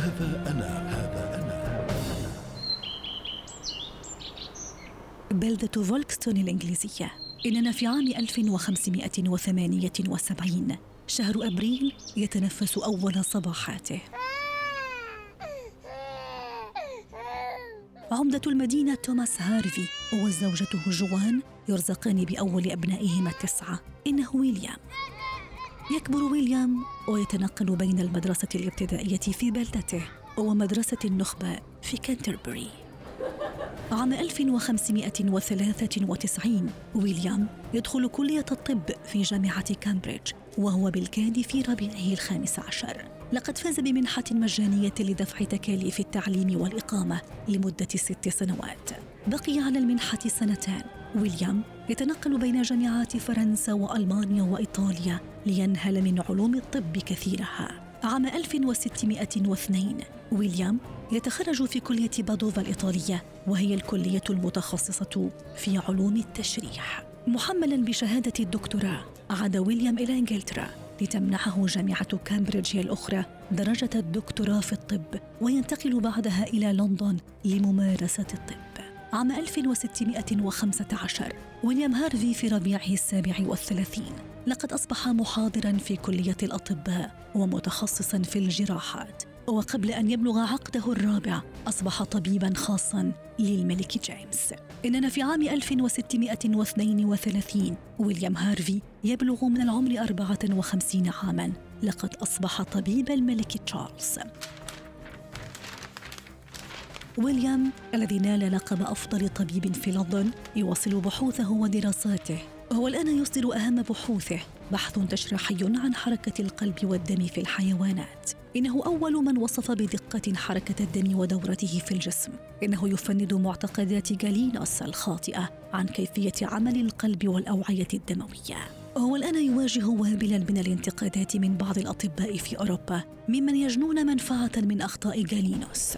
هذا أنا. بلدة فولكستون الإنجليزية. إننا في عام 1578، شهر أبريل يتنفس أول صباحاته. عمدة المدينة توماس هارفي وزوجته جوان يرزقان بأول أبنائهما 9. إنه ويليام. يكبر ويليام ويتنقل بين المدرسة الابتدائية في بلدته ومدرسة النخبة في كانتربري. عام 1593 ويليام يدخل كلية الطب في جامعة كامبريدج وهو بالكاد في ربيعه 15. لقد فاز بمنحة مجانية لدفع تكاليف التعليم والإقامة لمدة 6 سنوات. بقي على المنحة 2 سنين. ويليام يتنقل بين جامعات فرنسا وألمانيا وإيطاليا لينهل من علوم الطب كثيرها. عام 1602 ويليام يتخرج في كلية بادوفا الإيطالية، وهي الكلية المتخصصة في علوم التشريح. محملاً بشهادة الدكتوراه، عاد ويليام إلى إنجلترا لتمنحه جامعة كامبريدج الأخرى درجة الدكتوراه في الطب، وينتقل بعدها إلى لندن لممارسة الطب. عام 1615 ويليام هارفي في ربيعه 37 لقد أصبح محاضراً في كلية الأطباء ومتخصصاً في الجراحات، وقبل أن يبلغ عقده 4 أصبح طبيباً خاصاً للملك جيمس. إننا في عام 1632 ويليام هارفي يبلغ من العمر 54 عاماً، لقد أصبح طبيب الملك تشارلز. ويليام الذي نال لقب أفضل طبيب في لندن يواصل بحوثه ودراساته، وهو الآن يصدر أهم بحوثه، بحث تشريحي عن حركة القلب والدم في الحيوانات. إنه أول من وصف بدقة حركة الدم ودورته في الجسم. إنه يفند معتقدات جالينوس الخاطئة عن كيفية عمل القلب والأوعية الدموية. وهو الآن يواجه وابلاً من الانتقادات من بعض الأطباء في أوروبا ممن يجنون منفعة من أخطاء جالينوس.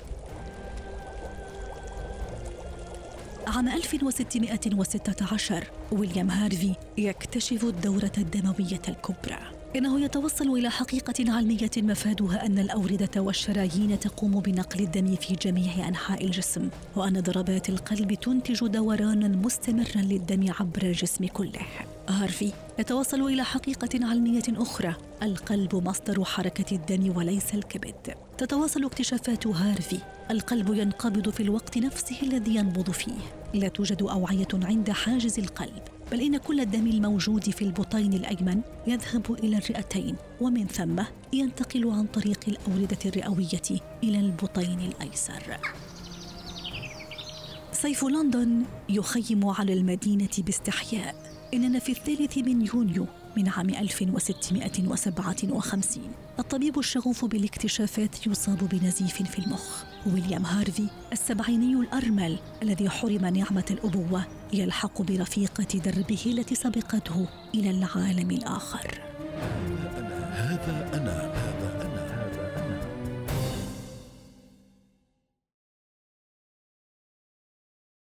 عام 1616 ويليام هارفي يكتشف الدورة الدموية الكبرى. إنه يتوصل إلى حقيقة علمية مفادها أن الأوردة والشرايين تقوم بنقل الدم في جميع أنحاء الجسم، وأن ضربات القلب تنتج دورانا مستمرا للدم عبر الجسم كله. هارفي يتوصل إلى حقيقة علمية أخرى: القلب مصدر حركة الدم وليس الكبد. تتواصل اكتشافات هارفي: القلب ينقبض في الوقت نفسه الذي ينبض فيه، لا توجد أوعية عند حاجز القلب، بل إن كل الدم الموجود في البطين الأيمن يذهب إلى الرئتين، ومن ثم ينتقل عن طريق الأوردة الرئوية إلى البطين الأيسر. سيف لندن يخيم على المدينة باستحياء. إننا في 3 يونيو من عام 1657 الطبيب الشغوف بالاكتشافات يصاب بنزيف في المخ. ويليام هارفي السبعيني الأرمل الذي حرم نعمة الأبوة يلحق برفيقة دربه التي سبقته إلى العالم الآخر. هذا أنا.